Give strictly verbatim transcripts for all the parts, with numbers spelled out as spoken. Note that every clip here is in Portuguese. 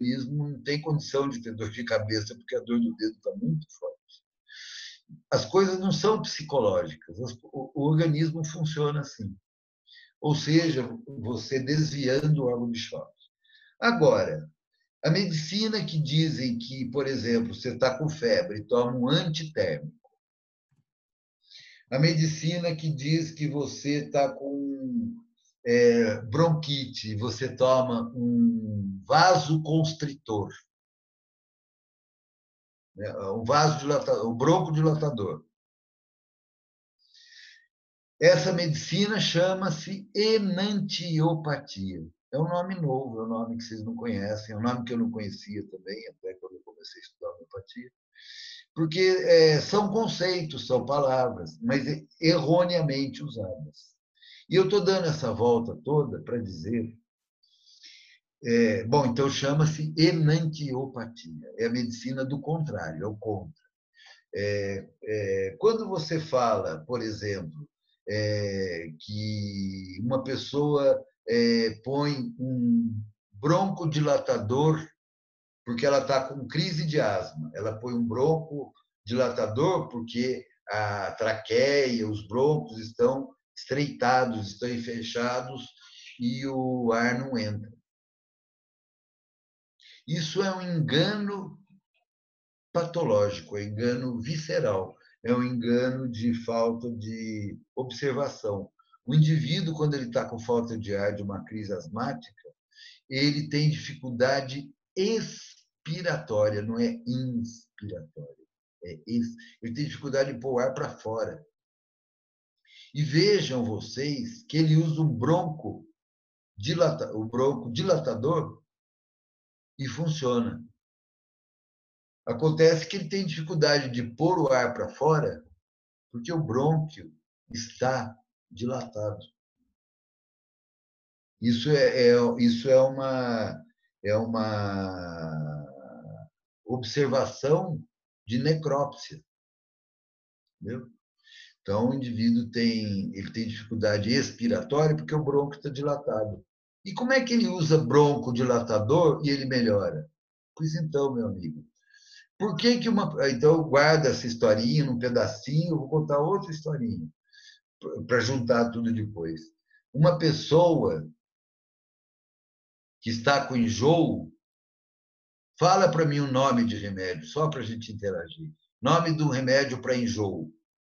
organismo não tem condição de ter dor de cabeça porque a dor do dedo está muito forte. As coisas não são psicológicas, o organismo funciona assim. Ou seja, você desviando o órgão de choque. Agora, a medicina que dizem que, por exemplo, você está com febre e toma um antitérmico. A medicina que diz que você está com é, bronquite e você toma um vasoconstritor, né? um vasodilatador, um broncodilatador. Essa medicina chama-se enantiopatia. É um nome novo, é um nome que vocês não conhecem, é um nome que eu não conhecia também, até quando eu comecei a estudar homeopatia. Porque é, são conceitos, são palavras, mas erroneamente usadas. E eu estou dando essa volta toda para dizer... É, bom, então chama-se enantiopatia, é a medicina do contrário, é o contra. É, é, quando você fala, por exemplo, é, que uma pessoa é, põe um broncodilatador porque ela está com crise de asma, ela põe um broncodilatador porque a traqueia, os broncos estão estreitados, estão fechados e o ar não entra. Isso é um engano patológico, é um engano visceral, é um engano de falta de observação. O indivíduo, quando ele está com falta de ar de uma crise asmática, ele tem dificuldade expiratória, não é inspiratória. É ex... Ele tem dificuldade de pôr o ar para fora. E vejam vocês que ele usa um bronco, dilata... o bronco dilatador e funciona. Acontece que ele tem dificuldade de pôr o ar para fora porque o brônquio está dilatado. Isso é, é, isso é, uma, é uma observação de necrópsia. Entendeu? Então, o indivíduo tem, ele tem dificuldade expiratória porque o brônquio está dilatado. E como é que ele usa broncodilatador e ele melhora? Pois então, meu amigo, por que que uma... Então, guarda essa historinha num pedacinho, eu vou contar outra historinha para juntar tudo depois. Uma pessoa que está com enjoo, fala para mim o nome de remédio, só para a gente interagir. Nome do remédio para enjoo.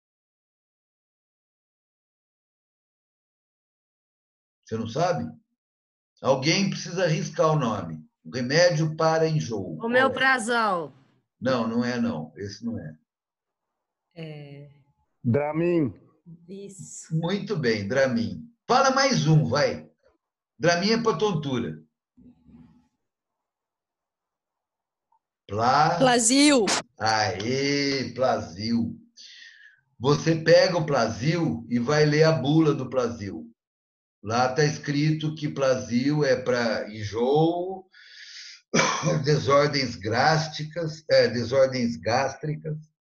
Você não sabe? Alguém precisa arriscar o nome. O remédio para enjoo. Omeprazol. Não, não é não. Esse não é. É... Dramin. Isso. Muito bem, Dramin. Fala mais um, vai. Dramin é para tontura. Pla... Plasil. Aê, Plasil. Você pega o Plasil e vai ler a bula do Plasil. Lá está escrito que Plasil é para enjoo, desordens gástricas, é, desordens gástricas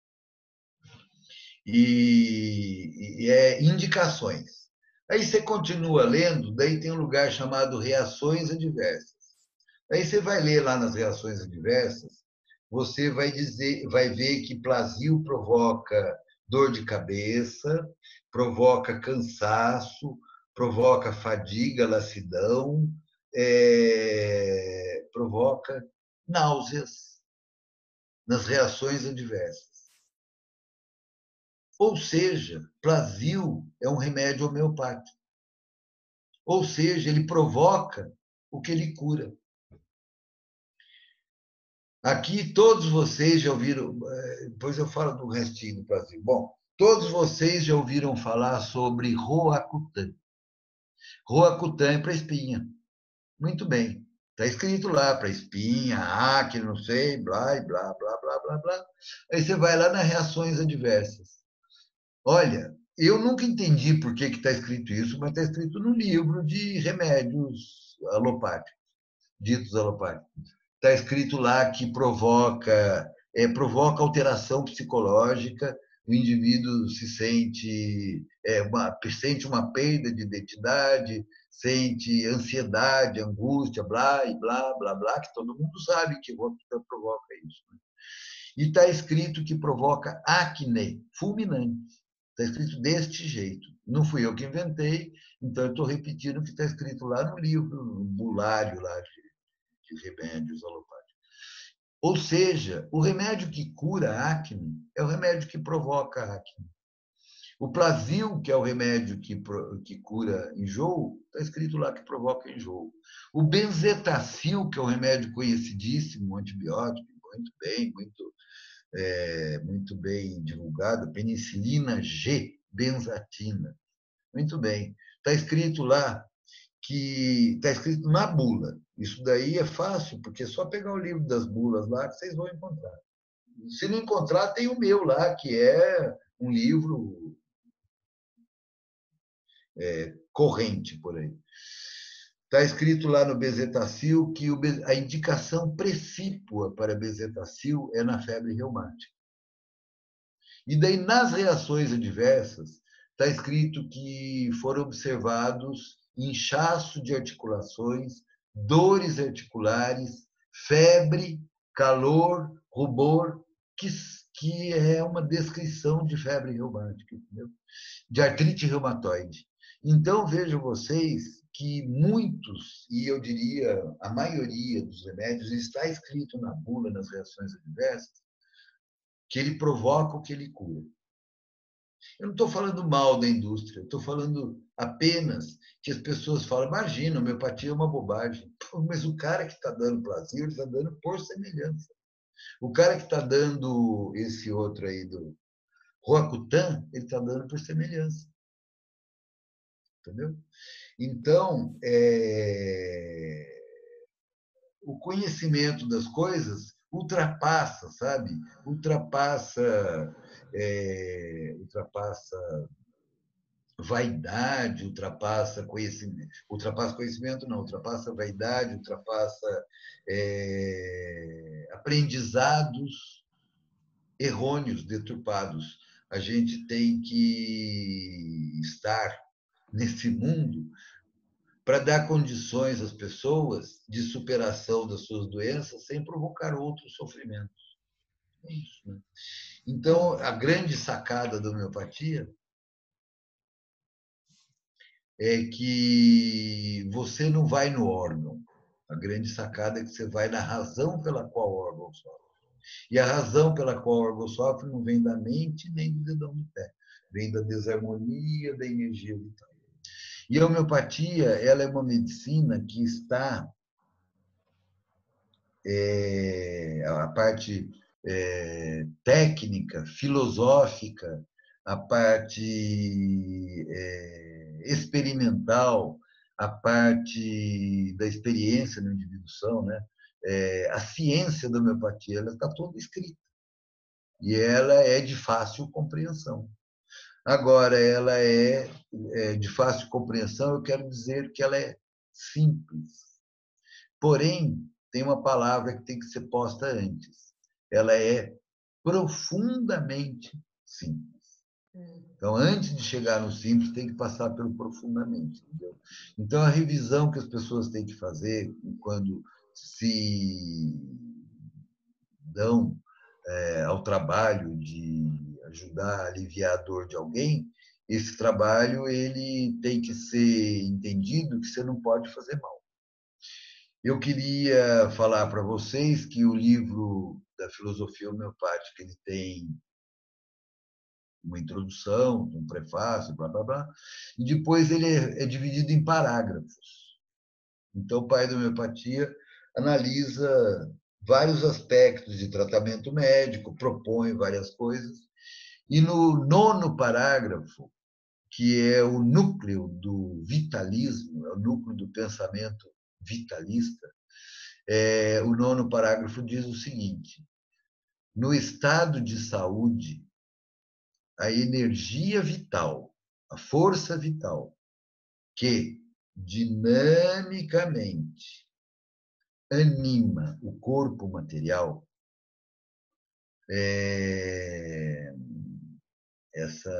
e, e é indicações. Aí você continua lendo, daí tem um lugar chamado reações adversas. Aí você vai ler lá nas reações adversas, você vai dizer, vai ver que Plasil provoca dor de cabeça, provoca cansaço, provoca fadiga, lassidão, é, provoca náuseas nas reações adversas. Ou seja, Plasil é um remédio homeopático. Ou seja, ele provoca o que ele cura. Aqui todos vocês já ouviram, depois eu falo do restinho do Plasil. Bom, todos vocês já ouviram falar sobre Roacutan. Roacutan é para espinha. Muito bem. Está escrito lá para espinha, acne, não sei, blá, blá, blá, blá, blá, blá. Aí você vai lá nas reações adversas. Olha, eu nunca entendi por que está escrito isso, mas está escrito no livro de remédios alopáticos, ditos alopáticos. Está escrito lá que provoca, é, provoca alteração psicológica, o indivíduo se sente é, uma, sente uma perda de identidade, sente ansiedade, angústia, blá, e blá, blá, blá, que todo mundo sabe que Roacutan provoca isso. Né? E está escrito que provoca acne fulminante. Está escrito deste jeito. Não fui eu que inventei, então eu estou repetindo o que está escrito lá no livro, no bulário lá de, de remédios alopáticos. Ou seja, o remédio que cura a acne é o remédio que provoca a acne. O Plavil, que é o remédio que, que cura enjoo, está escrito lá que provoca enjoo. O Benzetacil, que é um remédio conhecidíssimo, um antibiótico, muito bem, muito, é, muito bem divulgado, penicilina G, benzatina. Muito bem. Está escrito lá que está escrito na bula. Isso daí é fácil, porque é só pegar o livro das bulas lá que vocês vão encontrar. Se não encontrar, tem o meu lá, que é um livro é, corrente por aí. Está escrito lá no Benzetacil que a indicação precípua para Benzetacil é na febre reumática. E daí, nas reações adversas, está escrito que foram observados inchaço de articulações, dores articulares, febre, calor, rubor, que, que é uma descrição de febre reumática, entendeu? De artrite reumatoide. Então, vejam vocês que muitos, e eu diria a maioria dos remédios, está escrito na bula, nas reações adversas, que ele provoca o que ele cura. Eu não estou falando mal da indústria, estou falando apenas que as pessoas falam, imagina, homeopatia é uma bobagem. Pô, mas o cara que está dando Plasmil, ele está dando por semelhança. O cara que está dando esse outro aí do Roacutan, ele está dando por semelhança. Entendeu? Então, é... o conhecimento das coisas ultrapassa, sabe? Ultrapassa, é... ultrapassa vaidade, ultrapassa conhecimento, ultrapassa conhecimento não, ultrapassa vaidade, ultrapassa é... aprendizados errôneos, deturpados. A gente tem que estar nesse mundo para dar condições às pessoas de superação das suas doenças sem provocar outros sofrimentos. É isso, né? Então, a grande sacada da homeopatia é que você não vai no órgão. A grande sacada é que você vai na razão pela qual o órgão sofre. E a razão pela qual o órgão sofre não vem da mente nem do dedão do pé. Vem da desarmonia da energia vital. E a homeopatia, ela é uma medicina que está é, a parte é, técnica, filosófica, a parte é, experimental, a parte da experiência na individuação, né? É, a ciência da homeopatia, ela está toda escrita. E ela é de fácil compreensão. Agora, ela é, é de fácil compreensão, eu quero dizer que ela é simples. Porém, tem uma palavra que tem que ser posta antes. Ela é profundamente simples. Então, antes de chegar no simples, tem que passar pelo profundamente. Entendeu? Então, a revisão que as pessoas têm que fazer quando se dão é, ao trabalho de ajudar a aliviar a dor de alguém, esse trabalho ele tem que ser entendido que você não pode fazer mal. Eu queria falar para vocês que o livro da filosofia homeopática ele tem uma introdução, um prefácio, blá, blá, blá, e depois ele é, é dividido em parágrafos. Então, o pai da homeopatia analisa vários aspectos de tratamento médico, propõe várias coisas, e no nono parágrafo, que é o núcleo do vitalismo, é o núcleo do pensamento vitalista, é, o nono parágrafo diz o seguinte: no estado de saúde, a energia vital, a força vital, que dinamicamente anima o corpo material, é, essa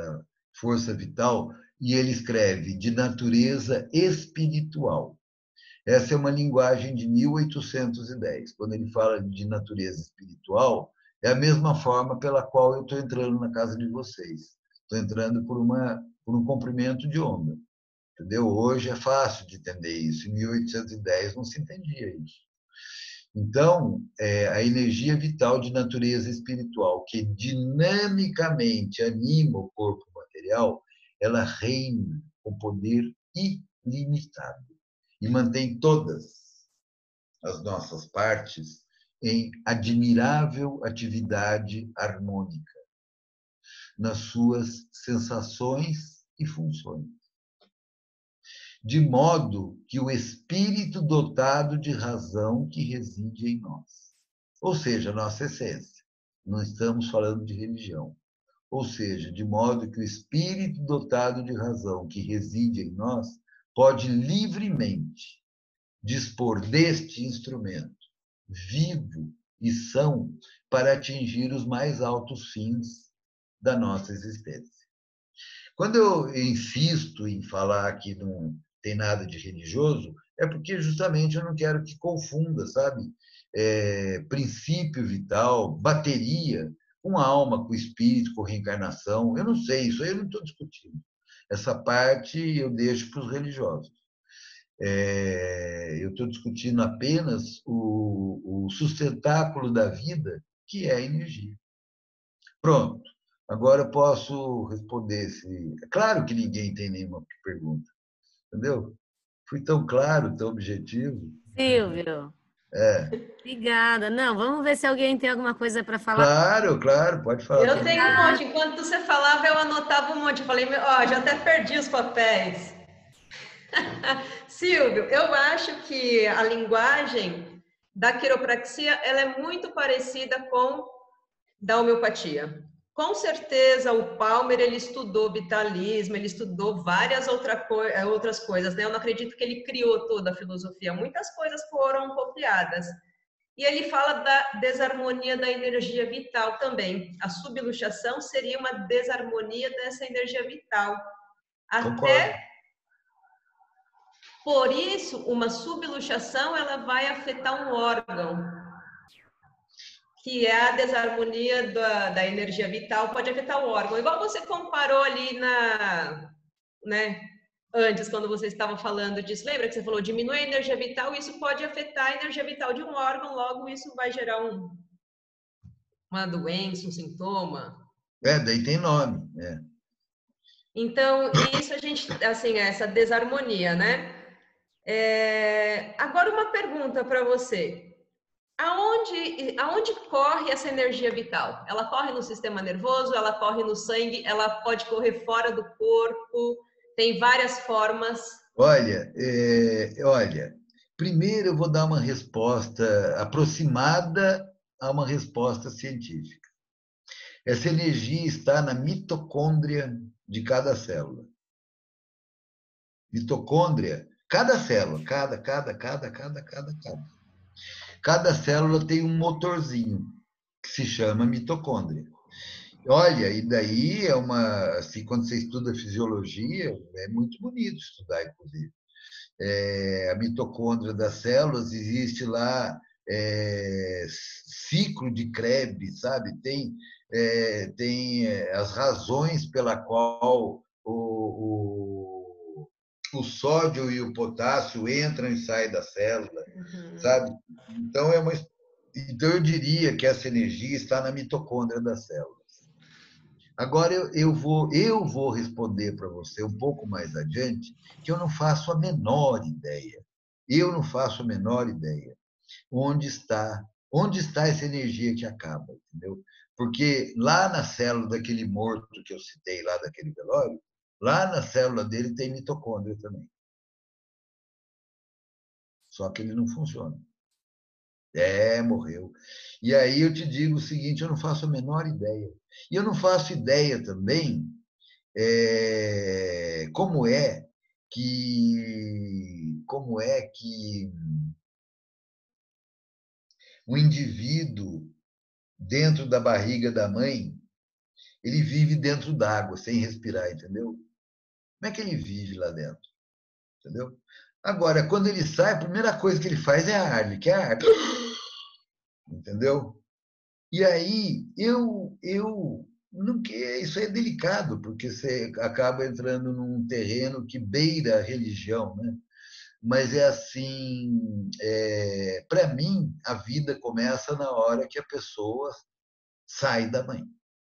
força vital, e ele escreve de natureza espiritual. Essa é uma linguagem de mil oitocentos e dez. Quando ele fala de natureza espiritual, é a mesma forma pela qual eu estou entrando na casa de vocês. Estou entrando por, uma, por um comprimento de onda. Entendeu? Hoje é fácil de entender isso. Em mil oitocentos e dez não se entendia isso. Então, é, a energia vital de natureza espiritual, que dinamicamente anima o corpo material, ela reina com poder ilimitado e mantém todas as nossas partes em admirável atividade harmônica, nas suas sensações e funções, de modo que o espírito dotado de razão que reside em nós, ou seja, a nossa essência, não estamos falando de religião, ou seja, de modo que o espírito dotado de razão que reside em nós pode livremente dispor deste instrumento vivo e são para atingir os mais altos fins da nossa existência. Quando eu insisto em falar que não tem nada de religioso, é porque justamente eu não quero que confunda, sabe? É, princípio vital, bateria, com alma, com espírito, com reencarnação. Eu não sei, isso aí eu não estou discutindo. Essa parte eu deixo para os religiosos. É, eu estou discutindo apenas o, o sustentáculo da vida, que é a energia. Pronto. Agora eu posso responder. Se... É claro que ninguém tem nenhuma pergunta, entendeu? Fui tão claro, tão objetivo. Silvio, É, obrigada. Não, vamos ver se alguém tem alguma coisa para falar. claro, claro, pode falar Eu todo tenho um mundo. monte. Enquanto você falava, eu anotava um monte. Eu falei, ó, já até perdi os papéis. Silvio, eu acho que a linguagem da quiropraxia ela é muito parecida com da homeopatia. Com certeza o Palmer ele estudou vitalismo, ele estudou várias outra co outras coisas, né? Eu não acredito que ele criou toda a filosofia, muitas coisas foram copiadas. E ele fala da desarmonia da energia vital também. A subluxação seria uma desarmonia dessa energia vital. Concordo. Até por isso, uma subluxação ela vai afetar um órgão, que é a desarmonia da, da energia vital, pode afetar o órgão. Igual você comparou ali na, né, antes, quando você estava falando disso, lembra que você falou, diminui a energia vital, isso pode afetar a energia vital de um órgão, logo isso vai gerar um, uma doença, um sintoma. É, daí tem nome. É. Então, isso a gente, assim, essa desarmonia, né? É... Agora, uma pergunta para você. Aonde, aonde corre essa energia vital? Ela corre no sistema nervoso, ela corre no sangue, ela pode correr fora do corpo, tem várias formas. Olha, é, olha, primeiro eu vou dar uma resposta aproximada a uma resposta científica. Essa energia está na mitocôndria de cada célula. Mitocôndria, cada célula, cada, cada, cada, cada, cada, cada. Cada célula tem um motorzinho que se chama mitocôndria. Olha, e daí é uma, assim, quando você estuda fisiologia, é muito bonito estudar, inclusive. É, a mitocôndria das células existe lá é, ciclo de Krebs, sabe? Tem, é, tem as razões pela qual o, o, o sódio e o potássio entram e saem da célula, Uhum. sabe? Então, é uma, então, eu diria que essa energia está na mitocôndria das células. Agora eu, eu, vou, eu vou responder para você um pouco mais adiante, que eu não faço a menor ideia. Eu não faço a menor ideia onde está, onde está essa energia que acaba, entendeu? Porque lá na célula daquele morto que eu citei lá daquele velório, lá na célula dele tem mitocôndria também. Só que ele não funciona. É, morreu. E aí eu te digo o seguinte, eu não faço a menor ideia. E eu não faço ideia também é, como é que como é que o indivíduo dentro da barriga da mãe Ele vive dentro d'água, sem respirar, entendeu? Como é que ele vive lá dentro? Entendeu? Agora, quando ele sai, a primeira coisa que ele faz é ar, ele quer ar. Entendeu? E aí, eu, eu não que isso é delicado, porque você acaba entrando num terreno que beira a religião, né? Mas é assim, é, para mim, a vida começa na hora que a pessoa sai da mãe,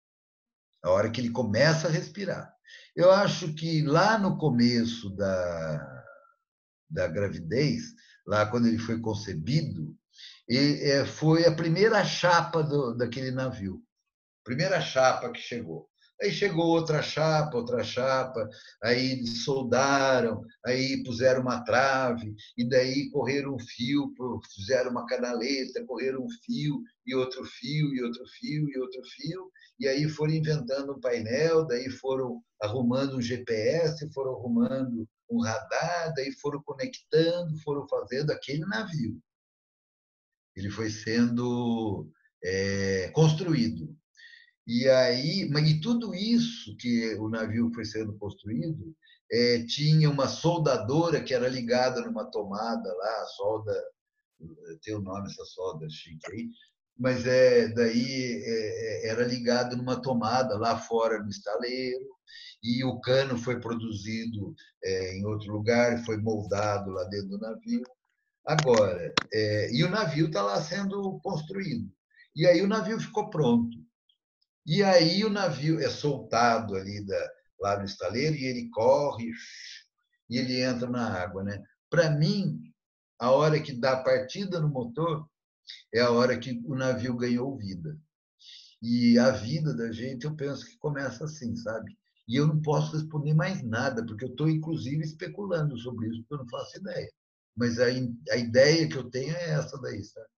a hora que ele começa a respirar. Eu acho que lá no começo da, da gravidez, lá quando ele foi concebido, e, é, foi a primeira chapa do, daquele navio. Primeira chapa que chegou. Aí chegou outra chapa, outra chapa, aí soldaram, aí puseram uma trave, e daí correram um fio, fizeram uma canaleta, correram um fio, e outro fio, e outro fio, e outro fio, e aí foram inventando um painel, daí foram arrumando um G P S, foram arrumando um radar, daí foram conectando, foram fazendo aquele navio. Ele foi sendo é, construído. E aí, e tudo isso que o navio foi sendo construído, é, tinha uma soldadora que era ligada numa tomada lá, a solda, tem o nome essa solda chique aí, mas é, daí é, era ligado numa tomada lá fora no estaleiro, e o cano foi produzido é, em outro lugar, foi moldado lá dentro do navio. Agora, é, e o navio está lá sendo construído. E aí o navio ficou pronto. E aí o navio é soltado ali da, lá no estaleiro e ele corre e ele entra na água, né? Para mim, a hora que dá a partida no motor é a hora que o navio ganhou vida. E a vida da gente, eu penso que começa assim, sabe? E eu não posso responder mais nada, porque eu estou, inclusive, especulando sobre isso, porque eu não faço ideia. Mas a, a ideia que eu tenho é essa daí, sabe?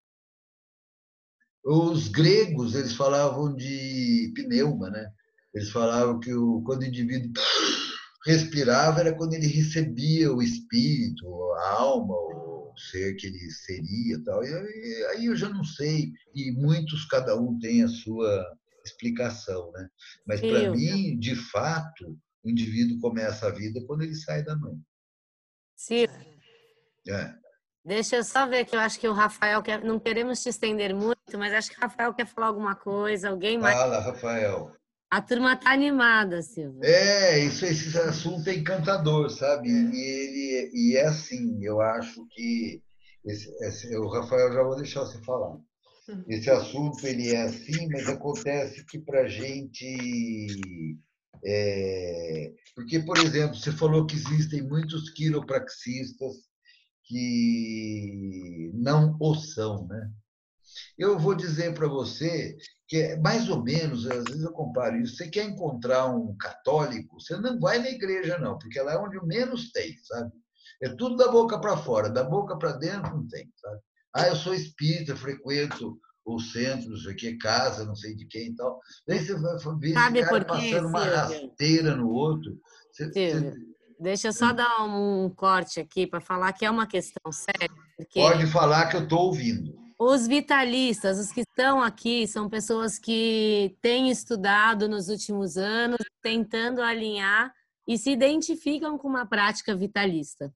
Os gregos, eles falavam de pneuma, né? Eles falavam que o, quando o indivíduo respirava era quando ele recebia o espírito, a alma, o ser que ele seria, tal. E aí eu já não sei. E muitos, cada um tem a sua explicação, né? Mas para Silvia, mim, de fato, o indivíduo começa a vida quando ele sai da mãe. Silvia, É. deixa eu só ver que eu acho que o Rafael quer. Não queremos te estender muito, mas acho que o Rafael quer falar alguma coisa. Alguém mais? Fala, Rafael. A turma tá animada, Silvia. É, isso, esse assunto é encantador, sabe? E, ele, e é assim, eu acho que esse, esse, o Rafael, já vou deixar você falar. Esse assunto ele é assim, mas acontece que para a gente, é, porque, por exemplo, você falou que existem muitos quiropraxistas que não o são, né? Eu vou dizer para você que é mais ou menos, às vezes eu comparo isso, você quer encontrar um católico, você não vai na igreja não, porque lá é onde menos tem, sabe? É tudo da boca para fora, da boca para dentro não tem, sabe? Ah, eu sou espírita, frequento os centros aqui, casa, não sei de quem e tal. Daí você vai ver esse Sabe cara por quê, passando uma Silvia? rasteira no outro. Você, você... Silvia, deixa eu só dar um corte aqui para falar que é uma questão séria, porque Pode falar que eu estou ouvindo. os vitalistas, os que estão aqui, são pessoas que têm estudado nos últimos anos, tentando alinhar e se identificam com uma prática vitalista.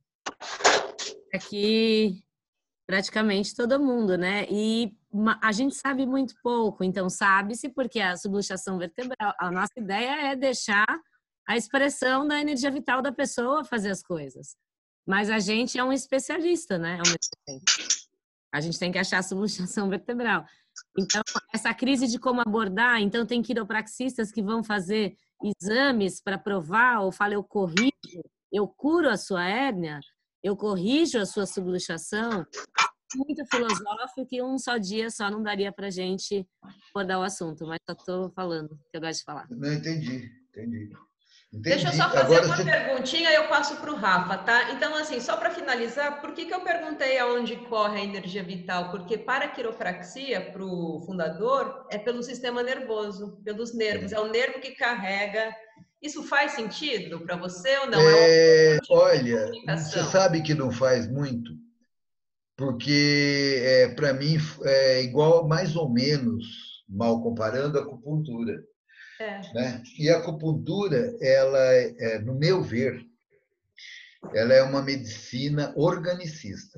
Aqui, praticamente todo mundo, né? E a gente sabe muito pouco, então sabe-se porque a subluxação vertebral, a nossa ideia é deixar a expressão da energia vital da pessoa fazer as coisas. Mas a gente é um especialista, né? Ao mesmo tempo. A gente tem que achar a subluxação vertebral. Então, essa crise de como abordar, então tem quiropraxistas que vão fazer exames para provar, ou fala, eu corrijo, eu curo a sua hérnia, eu corrijo a sua subluxação, muito filosófico e um só dia só não daria para a gente abordar o assunto, mas só estou falando, que eu gosto de falar. Não entendi, entendi. Entendi. Deixa eu só fazer Agora uma você... perguntinha e eu passo para o Rafa, tá? Então, assim, só para finalizar, por que, que eu perguntei aonde corre a energia vital? Porque para a quiropraxia, para o fundador, é pelo sistema nervoso, pelos nervos. É o nervo que carrega. Isso faz sentido para você ou não? É, É um tipo de olha, você comunicação. sabe que não faz muito, porque é, para mim é igual, mais ou menos, mal comparando, a acupuntura. É. Né? E a acupuntura, ela, é, no meu ver, ela é uma medicina organicista,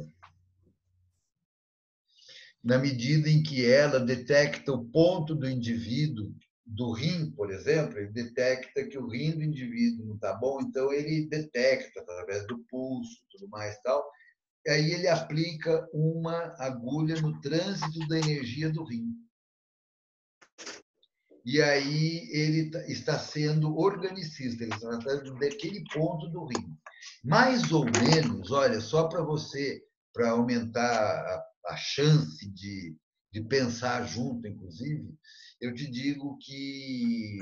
na medida em que ela detecta o ponto do indivíduo, do rim, por exemplo, ele detecta que o rim do indivíduo não está bom, então ele detecta através do pulso, tudo mais tal, e aí ele aplica uma agulha no trânsito da energia do rim. E aí ele está sendo organicista, ele está tratando daquele ponto do rim. Mais ou menos, olha, só para você, para aumentar a, a chance de, de pensar junto, inclusive, eu te digo que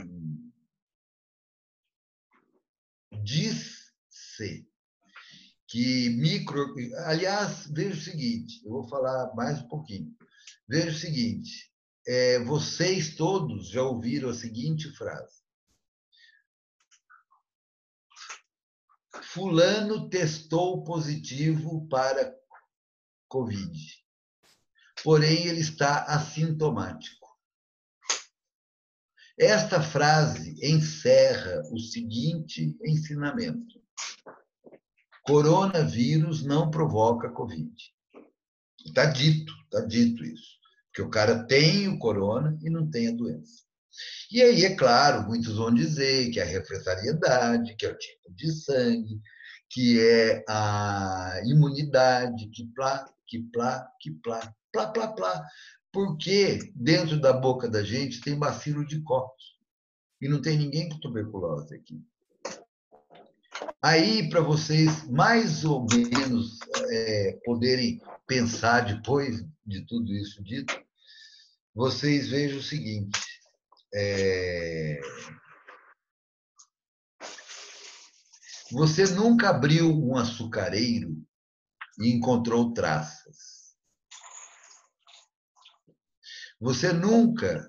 diz-se que micro... Aliás, veja o seguinte, eu vou falar mais um pouquinho. Veja o seguinte, é, vocês todos já ouviram a seguinte frase. Fulano testou positivo para Covid, porém ele está assintomático. Esta frase encerra o seguinte ensinamento. Coronavírus não provoca Covid. Está dito, está dito isso. Porque o cara tem o corona e não tem a doença. E aí, é claro, muitos vão dizer que é a refratariedade, que é o tipo de sangue, que é a imunidade, que plá, que plá, que plá, plá, plá, plá. Porque dentro da boca da gente tem bacilo de Koch. E não tem ninguém com tuberculose aqui. Aí, para vocês mais ou menos é, poderem pensar depois de tudo isso dito, vocês vejam o seguinte. É... Você nunca abriu um açucareiro e encontrou traças. Você nunca...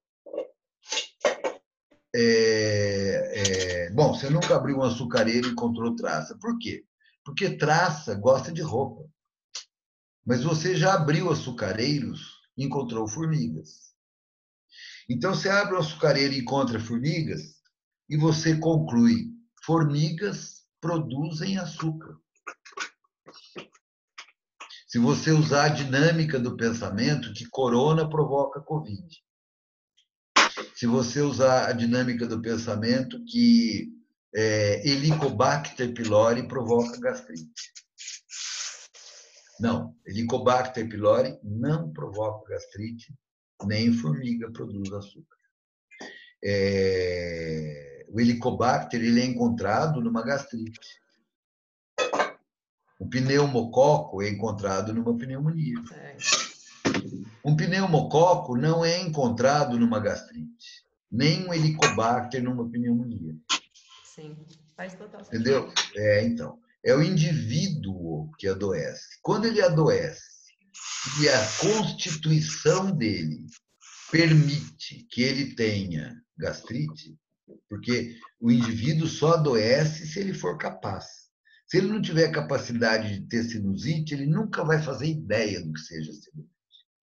É, é, bom, você nunca abriu um açucareiro e encontrou traça. Por quê? Porque traça gosta de roupa. Mas você já abriu açucareiros e encontrou formigas. Então, você abre um açucareiro e encontra formigas e você conclui, formigas produzem açúcar. Se você usar a dinâmica do pensamento, que corona provoca Covid. Se você usar a dinâmica do pensamento, que é, Helicobacter pylori provoca gastrite. Não, Helicobacter pylori não provoca gastrite, nem formiga produz açúcar. É, o Helicobacter ele é encontrado numa gastrite. O pneumococo é encontrado numa pneumonia. Um pneumococo não é encontrado numa gastrite, nem um helicobacter numa pneumonia. Sim, faz total sentido. Entendeu? É, então, é o indivíduo que adoece. Quando ele adoece e a constituição dele permite que ele tenha gastrite, porque o indivíduo só adoece se ele for capaz. Se ele não tiver capacidade de ter sinusite, ele nunca vai fazer ideia do que seja sinusite.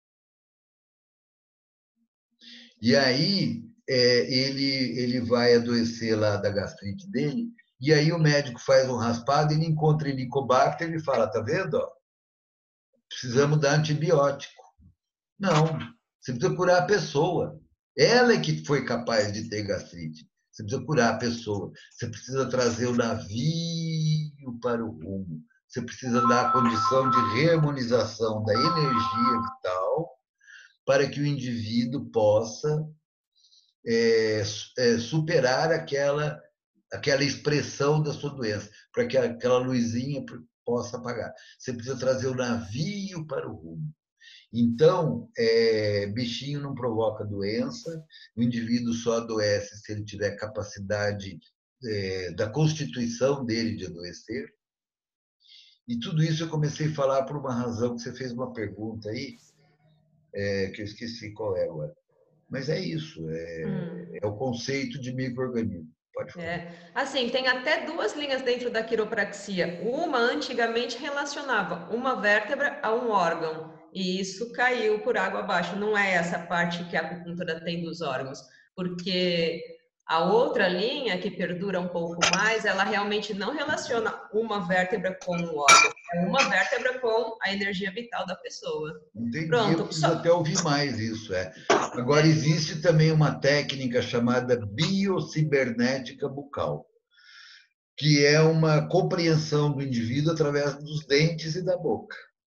E aí, é, ele, ele vai adoecer lá da gastrite dele, e aí o médico faz um raspado, ele encontra Helicobacter, ele fala, tá vendo? Ó, precisamos dar antibiótico. Não, você precisa curar a pessoa. Ela é que foi capaz de ter gastrite. Você precisa curar a pessoa. Você precisa trazer o navio para o rumo. Você precisa dar a condição de reharmonização da energia vital para que o indivíduo possa é, é, superar aquela, aquela expressão da sua doença, para que aquela luzinha possa apagar. Você precisa trazer o navio para o rumo. Então, é, bichinho não provoca doença, o indivíduo só adoece se ele tiver capacidade é, da constituição dele de adoecer. E tudo isso eu comecei a falar por uma razão que você fez uma pergunta aí, é, que eu esqueci qual é agora. Mas é isso, é, hum. é o conceito de micro-organismo. Pode falar. É. Assim, tem até duas linhas dentro da quiropraxia. Uma, antigamente, relacionava uma vértebra a um órgão. E isso caiu por água abaixo. Não é essa parte que a acupuntura tem dos órgãos. porque a outra linha, que perdura um pouco mais, ela realmente não relaciona uma vértebra com o órgão, é uma vértebra com a energia vital da pessoa. Entendi, Pronto, eu preciso só... até ouvir mais isso. É. Agora, existe também uma técnica chamada biocibernética bucal, que é uma compreensão do indivíduo através dos dentes e da boca.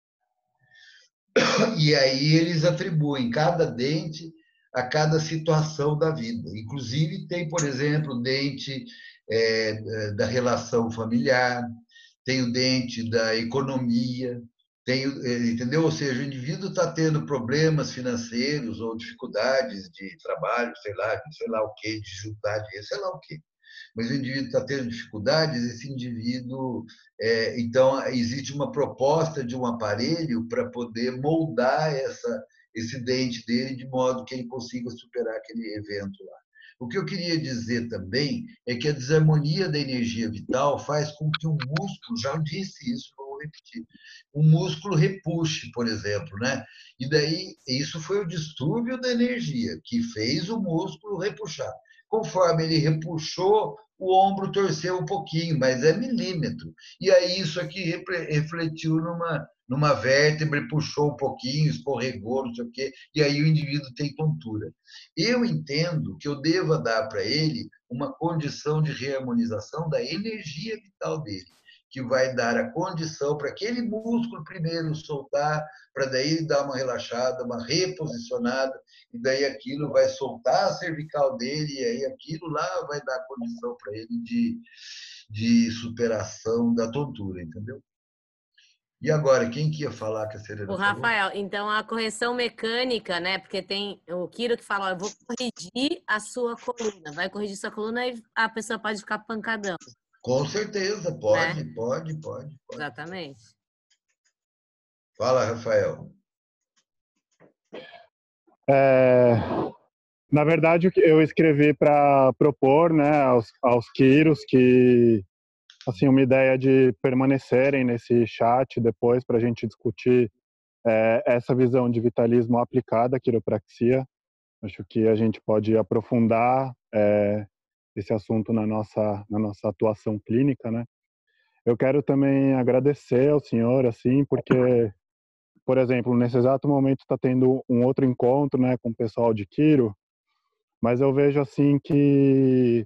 E aí eles atribuem cada dente a cada situação da vida. Inclusive, tem, por exemplo, o dente é, da relação familiar, tem o dente da economia, tem, entendeu? Ou seja, o indivíduo está tendo problemas financeiros ou dificuldades de trabalho, sei lá, sei lá o quê, de juntar dinheiro, sei lá o quê. Mas o indivíduo está tendo dificuldades, esse indivíduo... É, então, existe uma proposta de um aparelho para poder moldar essa, esse dente dele de modo que ele consiga superar aquele evento lá. O que eu queria dizer também é que a desarmonia da energia vital faz com que o músculo, já disse isso, vou repetir, o músculo repuxe, por exemplo, né? E daí, isso foi o distúrbio da energia que fez o músculo repuxar. Conforme ele repuxou, o ombro torceu um pouquinho, mas é milímetro. E aí isso aqui refletiu numa, numa vértebra, puxou um pouquinho, escorregou, não sei o quê, e aí o indivíduo tem tontura. Eu entendo que eu deva dar para ele uma condição de reharmonização da energia vital dele, que vai dar a condição para aquele músculo primeiro soltar, para daí dar uma relaxada, uma reposicionada, e daí aquilo vai soltar a cervical dele, e aí aquilo lá vai dar condição para ele de, de superação da tontura, entendeu? E agora, quem que ia falar que a Serena O falou? Rafael, então a correção mecânica, né? Porque tem o Kiro que fala, ó, eu vou corrigir a sua coluna. Vai corrigir sua coluna e a pessoa pode ficar pancadão. Com certeza, pode, né? pode, pode, pode. Exatamente. Fala, Rafael. É, na verdade, eu escrevi para propor, né, aos, aos Quiros que, assim, uma ideia de permanecerem nesse chat depois para a gente discutir é, essa visão de vitalismo aplicada à quiropraxia. Acho que a gente pode aprofundar é, esse assunto na nossa, na nossa atuação clínica, né? Eu quero também agradecer ao senhor, assim, porque, por exemplo, nesse exato momento está tendo um outro encontro, né, com o pessoal de Quiro, mas eu vejo, assim, que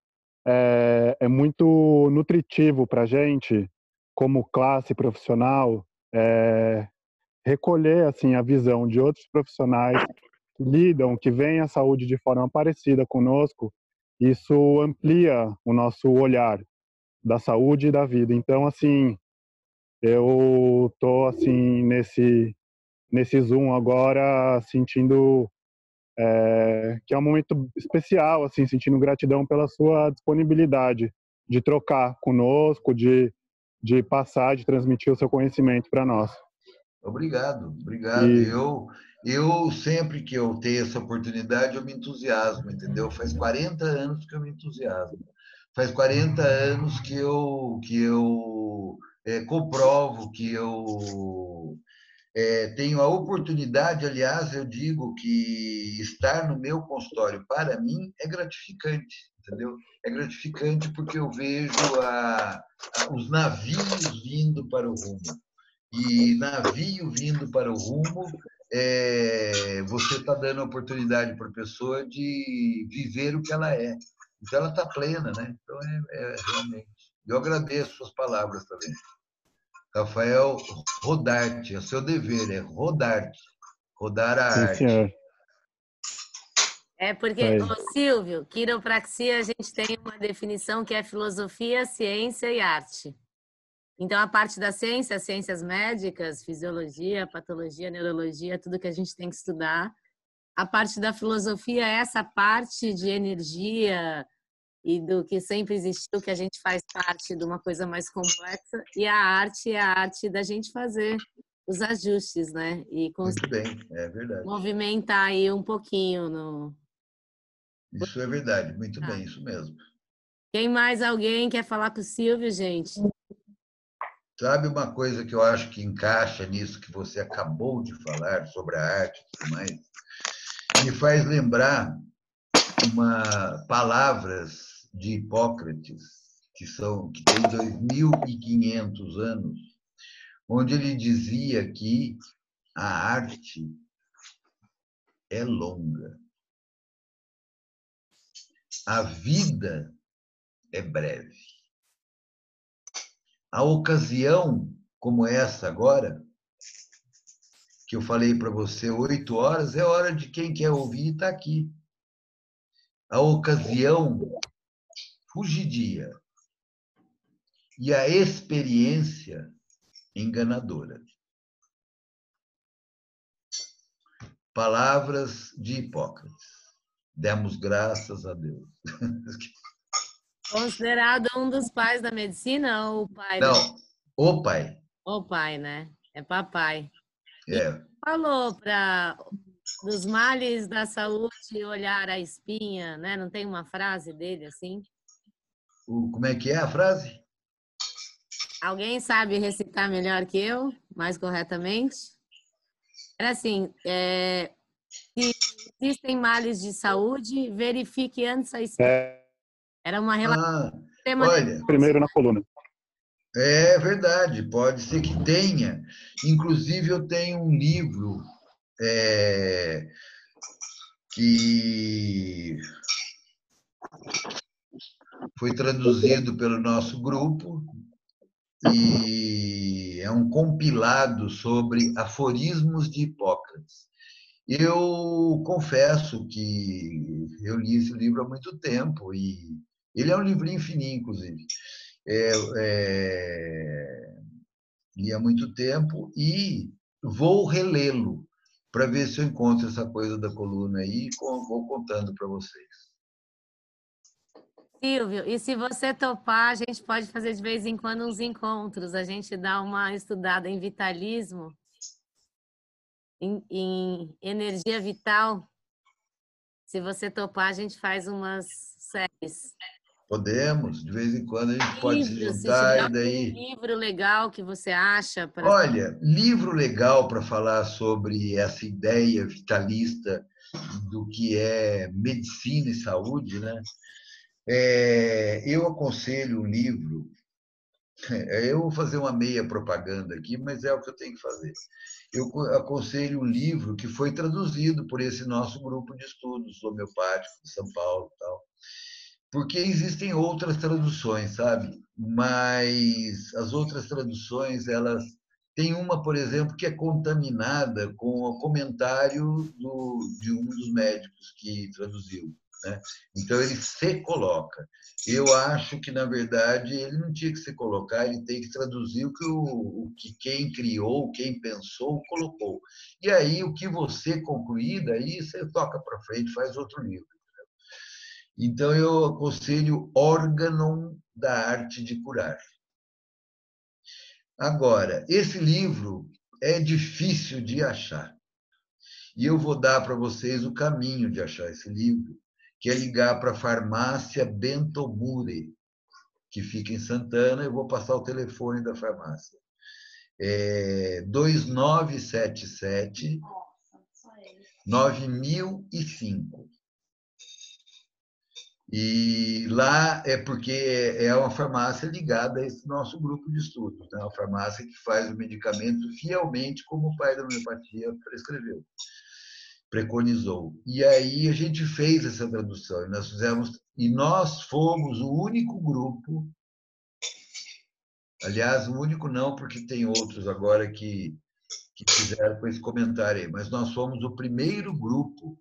é, é muito nutritivo para a gente, como classe profissional, é, recolher, assim, a visão de outros profissionais que lidam, que veem a saúde de forma parecida conosco. Isso amplia o nosso olhar da saúde e da vida. Então, assim, eu tô assim nesse nesse Zoom agora sentindo é, que é um momento especial, assim, sentindo gratidão pela sua disponibilidade de trocar conosco, de de passar, de transmitir o seu conhecimento para nós. Obrigado, obrigado. E... Eu, eu sempre que eu tenho essa oportunidade, eu me entusiasmo, entendeu? Faz quarenta anos que eu me entusiasmo. Faz quarenta anos que eu, que eu é, comprovo que eu é, tenho a oportunidade, aliás, eu digo que estar no meu consultório, para mim, é gratificante, entendeu? É gratificante porque eu vejo a, a, os navios vindo para o rumo. E navio vindo para o rumo, é, você está dando a oportunidade para a pessoa de viver o que ela é. Então, ela está plena, né? Então, é, é realmente. Eu agradeço suas palavras também. Rafael, rodar-te, é o seu dever, é rodar-te, rodar a Sim, arte. senhor. É porque, ô, Silvio, quiropraxia a gente tem uma definição que é filosofia, ciência e arte. Então, a parte da ciência, as ciências médicas, fisiologia, patologia, neurologia, tudo que a gente tem que estudar. A parte da filosofia é essa parte de energia e do que sempre existiu, que a gente faz parte de uma coisa mais complexa. E a arte é a arte da gente fazer os ajustes, né? E Muito bem, é verdade. movimentar aí um pouquinho no... Isso é verdade, muito bem, isso mesmo. Quem mais alguém quer falar com o Silvio, gente? Sabe uma coisa que eu acho que encaixa nisso que você acabou de falar sobre a arte e tudo mais? Me faz lembrar uma palavras de Hipócrates, que são que tem dois mil e quinhentos anos, onde ele dizia que a arte é longa, a vida é breve. A ocasião como essa agora, que eu falei para você, oito horas, é hora de quem quer ouvir está aqui. A ocasião fugidia e a experiência enganadora. Palavras de Hipócrates. Demos graças a Deus. Considerado um dos pais da medicina ou o pai? Não, da... o pai. O pai, né? É papai. É. E falou para dos males da saúde olhar a espinha, né? Não tem uma frase dele assim? O, como é que é a frase? Alguém sabe recitar melhor que eu, mais corretamente? Era assim, é, se existem males de saúde, verifique antes a espinha. É, Era uma relação Ah, tema olha, primeiro na coluna. é verdade, pode ser que tenha. Inclusive, eu tenho um livro é, que foi traduzido pelo nosso grupo e é um compilado sobre aforismos de Hipócrates. Eu confesso que eu li esse livro há muito tempo e ele é um livrinho fininho, inclusive. É, é, li há muito tempo e vou relê-lo para ver se eu encontro essa coisa da coluna aí e vou contando para vocês. Silvio, e se você topar, a gente pode fazer de vez em quando uns encontros, a gente dá uma estudada em vitalismo, em, em energia vital. Se você topar, a gente faz umas séries. Podemos, de vez em quando a gente pode se Livro, se tiver juntar e algum daí. livro legal que você acha para... Olha, livro legal para falar sobre essa ideia vitalista do que é medicina e saúde, né? É, eu aconselho um livro. Eu vou fazer uma meia propaganda aqui, mas é o que eu tenho que fazer. Eu aconselho um livro que foi traduzido por esse nosso grupo de estudos homeopático de São Paulo, tal. Porque existem outras traduções, sabe? Mas as outras traduções, elas tem uma, por exemplo, que é contaminada com o comentário do, de um dos médicos que traduziu, né? Então, ele se coloca. Eu acho que, na verdade, ele não tinha que se colocar, ele tem que traduzir o que, o, o que quem criou, quem pensou, colocou. E aí, o que você concluir, daí você toca para frente, faz outro livro. Então, eu aconselho Órgão da Arte de Curar. Agora, esse livro é difícil de achar. E eu vou dar para vocês o caminho de achar esse livro, que é ligar para a farmácia Bentomure, que fica em Santana. Eu vou passar o telefone da farmácia. É dois nove sete sete, nove mil e cinco. E lá é porque é uma farmácia ligada a esse nosso grupo de estudos, né? Uma farmácia que faz o medicamento fielmente como o pai da homeopatia prescreveu, preconizou. E aí a gente fez essa tradução, e nós fizemos, e nós fomos o único grupo, aliás, o único não, porque tem outros agora que, que fizeram com esse comentário aí, mas nós fomos o primeiro grupo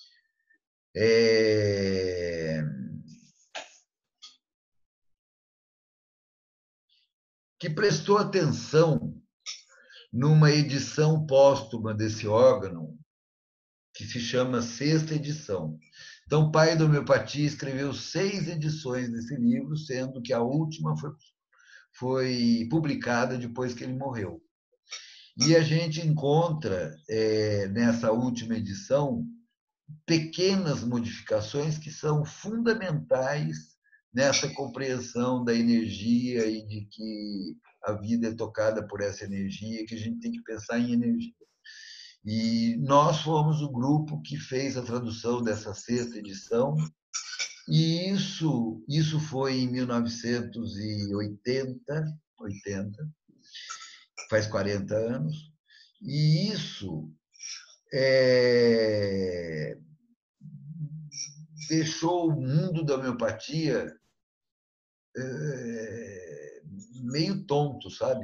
é, que prestou atenção numa edição póstuma desse órgão, que se chama Sexta Edição. Então, o pai da homeopatia escreveu seis edições desse livro, sendo que a última foi, foi publicada depois que ele morreu. E a gente encontra, é, nessa última edição, pequenas modificações que são fundamentais nessa compreensão da energia e de que a vida é tocada por essa energia, que a gente tem que pensar em energia. E nós fomos o grupo que fez a tradução dessa sexta edição, e isso, isso foi em mil novecentos e oitenta, oitenta, faz quarenta anos, e isso é, deixou o mundo da homeopatia é, meio tonto, sabe?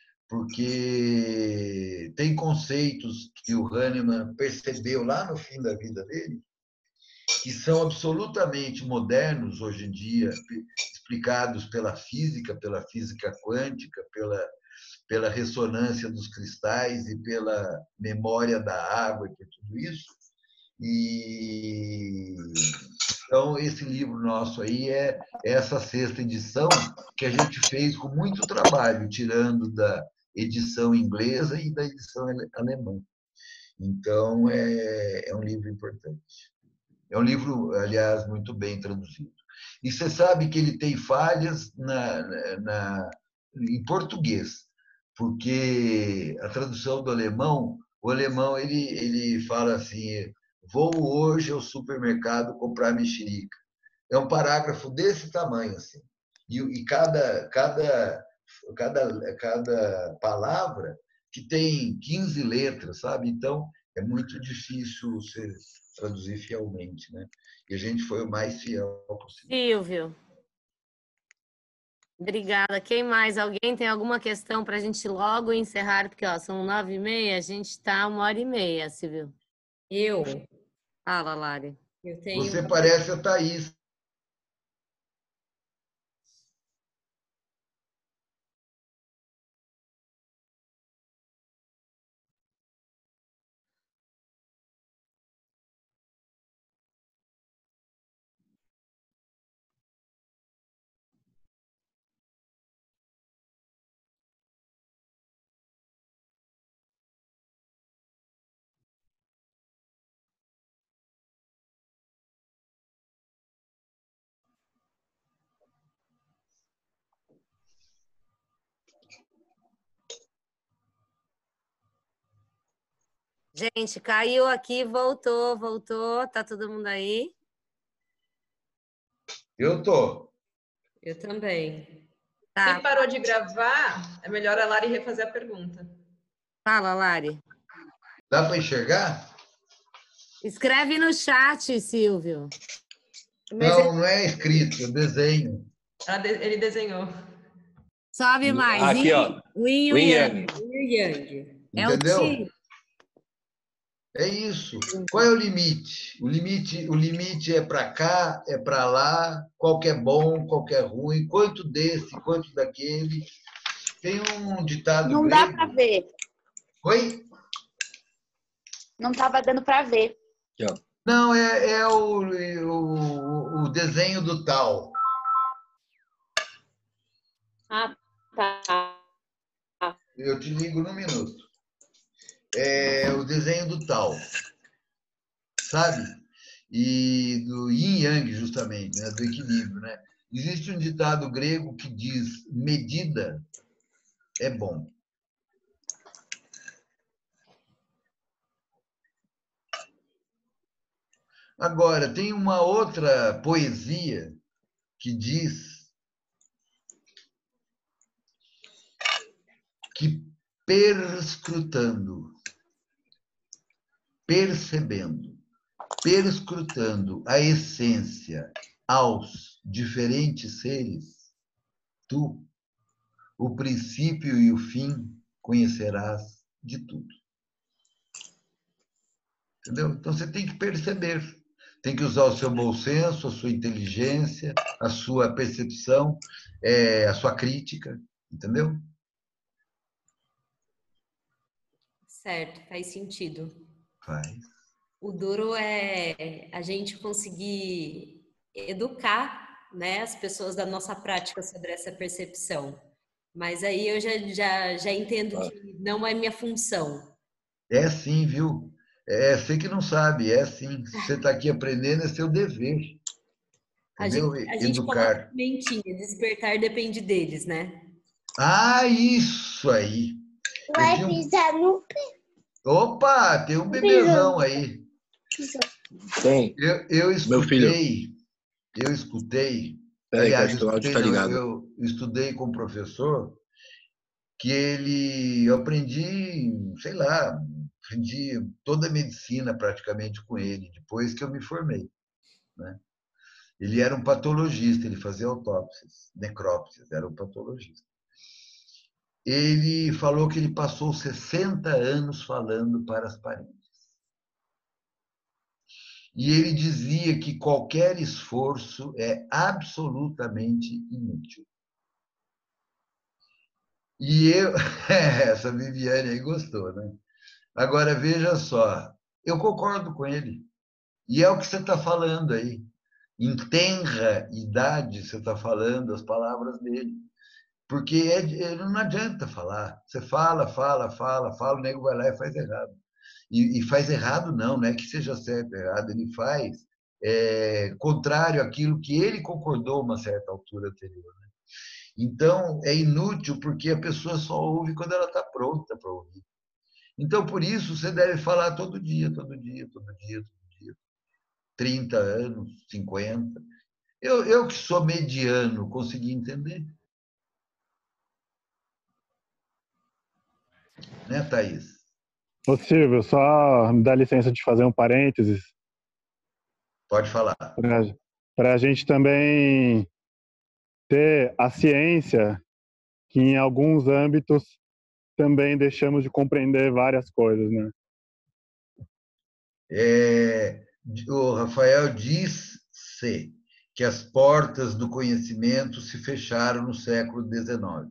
Porque tem conceitos que o Hahnemann percebeu lá no fim da vida dele, que são absolutamente modernos hoje em dia, explicados pela física, pela física quântica, pela, pela ressonância dos cristais e pela memória da água e por tudo isso. E então esse livro nosso aí é essa sexta edição que a gente fez com muito trabalho, tirando da edição inglesa e da edição alemã. Então é, é um livro importante. É um livro, aliás, muito bem traduzido. E você sabe que ele tem falhas na, na, em português, porque a tradução do alemão, o alemão ele, ele fala assim: vou hoje ao supermercado comprar mexerica. É um parágrafo desse tamanho, assim. E, e cada, cada, cada, cada palavra que tem quinze letras, sabe? Então, é muito difícil você traduzir fielmente, né? E a gente foi o mais fiel possível. Silvio. Obrigada. Quem mais? Alguém tem alguma questão para a gente logo encerrar? Porque ó, são nove e meia, a gente está uma hora e meia, Silvio. Eu. Fala, Lari. Eu tenho... Você parece a Thaís. Gente, caiu aqui, voltou, voltou. Tá todo mundo aí? Eu tô. Eu também. Tá. Se parou de gravar, é melhor a Lari refazer a pergunta. Fala, Lari. Dá para enxergar? Escreve no chat, Silvio. Não, não é escrito, é desenho. Ele desenhou. Sobe mais. Aqui, ó. O Yin e o Yang. Yang. É o Entendeu? Qi. É isso. Qual é o limite? O limite, o limite é para cá, é para lá, qual que é bom, qual que é ruim, quanto desse, quanto daquele. Tem um ditado Não grego. dá para ver. Oi? Não estava dando para ver. Não, é, é o, o, o desenho do tal. Ah, tá. Eu te ligo num minuto. É o desenho do tal, sabe? E do yin yang, justamente, né? Do equilíbrio, né? Existe um ditado grego que diz: medida é bom. Agora, tem uma outra poesia que diz que perscrutando, percebendo, perscrutando a essência aos diferentes seres, tu, o princípio e o fim, conhecerás de tudo. Entendeu? Então você tem que perceber, tem que usar o seu bom senso, a sua inteligência, a sua percepção, é, a sua crítica, entendeu? Certo, faz sentido. Faz. O duro é a gente conseguir educar, né, as pessoas da nossa prática sobre essa percepção. Mas aí eu já, já, já entendo que não é minha função. É sim, viu? É você que não sabe, é sim. Se você está aqui aprendendo, é seu dever. A Entendeu? gente, a gente coloca Educar. mentinha, despertar depende deles, né? Ah, isso aí. Vai tinha um- pisar no pé. Opa, tem um bebezão aí. Tem. Eu, eu Meu filho. escutei, eu escutei, Peraí, que eu aliás, acho que o áudio escutei, tá não, ligado. eu estudei com um professor que ele, eu aprendi, sei lá, aprendi toda a medicina praticamente com ele, depois que eu me formei, né? Ele era um patologista, ele fazia autópsias, necrópsias, era um patologista. Ele falou que ele passou sessenta anos falando para as paredes. E ele dizia que qualquer esforço é absolutamente inútil. E eu, essa Viviane aí gostou, né? Agora, veja só, eu concordo com ele. E é o que você está falando aí. Em tenra idade, você está falando as palavras dele. Porque é, não adianta falar. Você fala, fala, fala, fala, o nego vai lá e faz errado. E, e faz errado não, não é que seja certo ou errado, ele faz é, contrário àquilo que ele concordou uma certa altura anterior. Né? Então, é inútil porque a pessoa só ouve quando ela está pronta para ouvir. Então, por isso, você deve falar todo dia, todo dia, todo dia, todo dia. trinta anos, cinquenta. Eu, eu que sou mediano, consegui entender. Né, Thaís? Ô Silvio, só me dá licença de fazer um parênteses Pode falar. para a gente também ter a ciência que em alguns âmbitos também deixamos de compreender várias coisas, né? É, o Rafael disse que as portas do conhecimento se fecharam no século dezenove.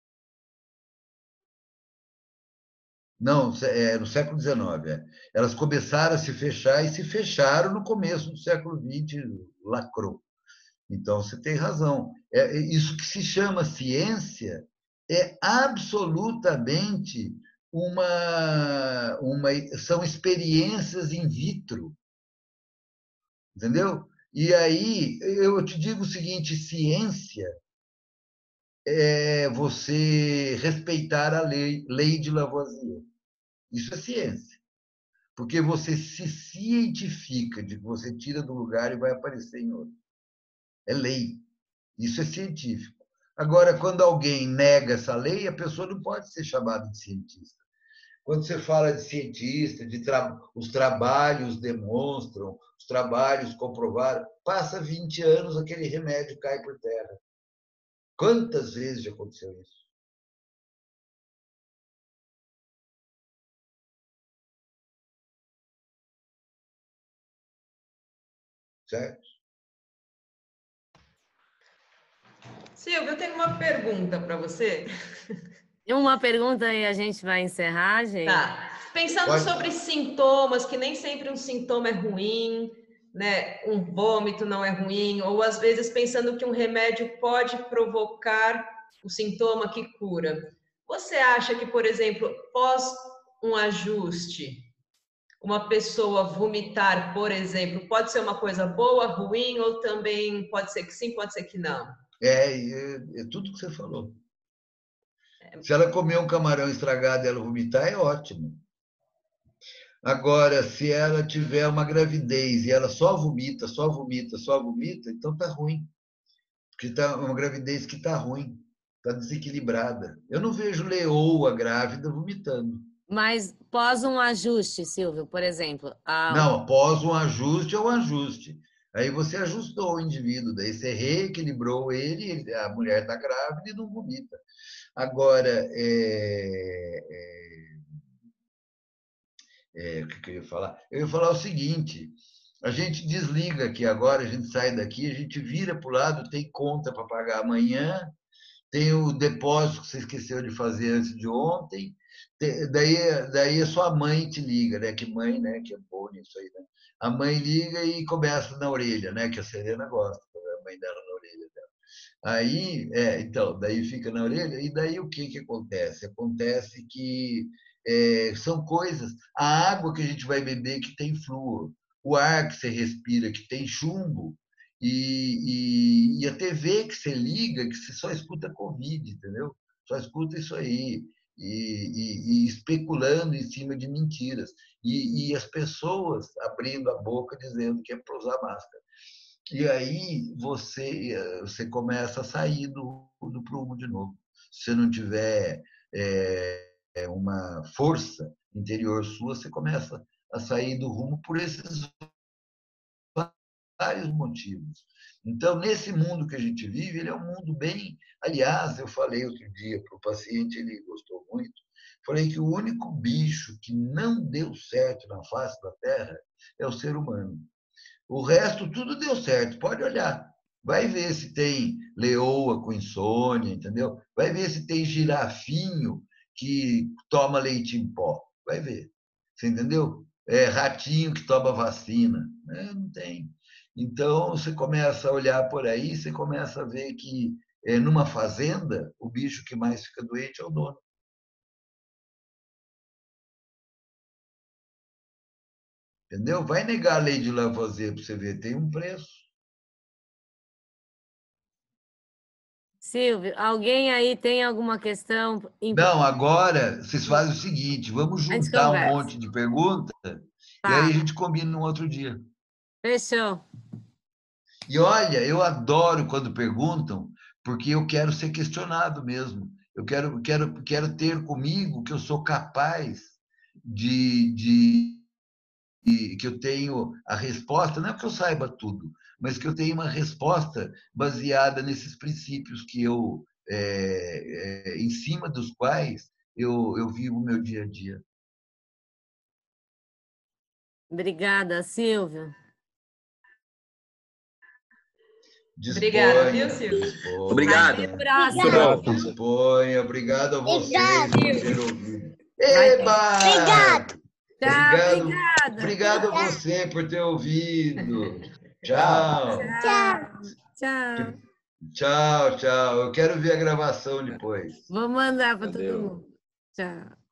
Não, é, no século dezenove. É. Elas começaram a se fechar e se fecharam no começo do século vinte, lacrou. Então, você tem razão. É, isso que se chama ciência é absolutamente uma, uma... São experiências in vitro. Entendeu? E aí, eu te digo o seguinte, ciência é você respeitar a lei, lei de Lavoisier. Isso é ciência. Porque você se cientifica de que você tira do lugar e vai aparecer em outro. É lei. Isso é científico. Agora, quando alguém nega essa lei, a pessoa não pode ser chamada de cientista. Quando você fala de cientista, de tra... os trabalhos demonstram, os trabalhos comprovaram, passa vinte anos, aquele remédio cai por terra. Quantas vezes já aconteceu isso? Certo? Silvia, eu tenho uma pergunta para você. Uma pergunta e a gente vai encerrar, gente. Tá. Pensando Pode. sobre sintomas, que nem sempre um sintoma é ruim, né? Um vômito não é ruim, ou às vezes pensando que um remédio pode provocar o sintoma que cura. Você acha que, por exemplo, pós um ajuste, uma pessoa vomitar, por exemplo, pode ser uma coisa boa, ruim, ou também pode ser que sim, pode ser que não? É, é, é tudo que você falou. Se ela comer um camarão estragado e ela vomitar, é ótimo. Agora, se ela tiver uma gravidez e ela só vomita, só vomita, só vomita, então tá ruim. Porque tá uma gravidez que tá ruim, tá desequilibrada. Eu não vejo leoa grávida vomitando. Mas pós um ajuste, Silvio, por exemplo. A... Não, após um ajuste é um ajuste. Aí você ajustou o indivíduo, daí você reequilibrou ele, a mulher está grávida e não vomita. Agora, é, é, é, o que, que eu ia falar? Eu ia falar o seguinte: a gente desliga aqui agora, a gente sai daqui, a gente vira para o lado, tem conta para pagar amanhã, tem o depósito que você esqueceu de fazer antes de ontem, tem, daí, daí a sua mãe te liga, né? Que mãe, né? Que é bom nisso aí, né? A mãe liga e começa na orelha, né? Que a Serena gosta, a mãe dela na orelha dela. Aí, é, então, daí fica na orelha, e daí o que, que acontece? Acontece que é, são coisas, a água que a gente vai beber que tem flúor, o ar que você respira que tem chumbo, e, e, e a T V que você liga que você só escuta Covid, entendeu? Só escuta isso aí. e, e, e especulando em cima de mentiras. E, e as pessoas abrindo a boca dizendo que é para usar máscara. E aí você, você começa a sair do, do prumo de novo. Se você não tiver é, uma força interior sua, você começa a sair do rumo por esses vários motivos. Então, nesse mundo que a gente vive, ele é um mundo bem... Aliás, eu falei outro dia para o paciente, ele gostou muito, falei que o único bicho que não deu certo na face da Terra é o ser humano. O resto, tudo deu certo, pode olhar. Vai ver se tem leoa com insônia, entendeu? Vai ver se tem girafinho que toma leite em pó. Vai ver. Você entendeu? É, ratinho que toma vacina. É, não tem. Então, você começa a olhar por aí, você começa a ver que é, numa fazenda, o bicho que mais fica doente é o dono. Entendeu? Vai negar a lei de Lavoisier para você ver, tem um preço. Silvio, alguém aí tem alguma questão? Não, agora vocês fazem o seguinte, vamos juntar um monte de perguntas tá. E aí a gente combina um outro dia. Fechou. E olha, eu adoro quando perguntam, porque eu quero ser questionado mesmo. Eu quero, quero, quero ter comigo que eu sou capaz de, de, de... que eu tenho a resposta, não é que eu saiba tudo, mas que eu tenho uma resposta baseada nesses princípios que eu, é, é, em cima dos quais eu, eu vivo o meu dia a dia. Obrigada, Silvio. Disponha, obrigada, viu, Silvio? Disponha, Obrigado. Até a próxima. Disponha. Obrigado a vocês por ter ouvido. Eba! Obrigado. Obrigado. Obrigado, obrigado a você por ter ouvido. Tchau. Tchau. Tchau. Tchau, tchau. Eu quero ver a gravação depois. Vou mandar para todo mundo. Tchau.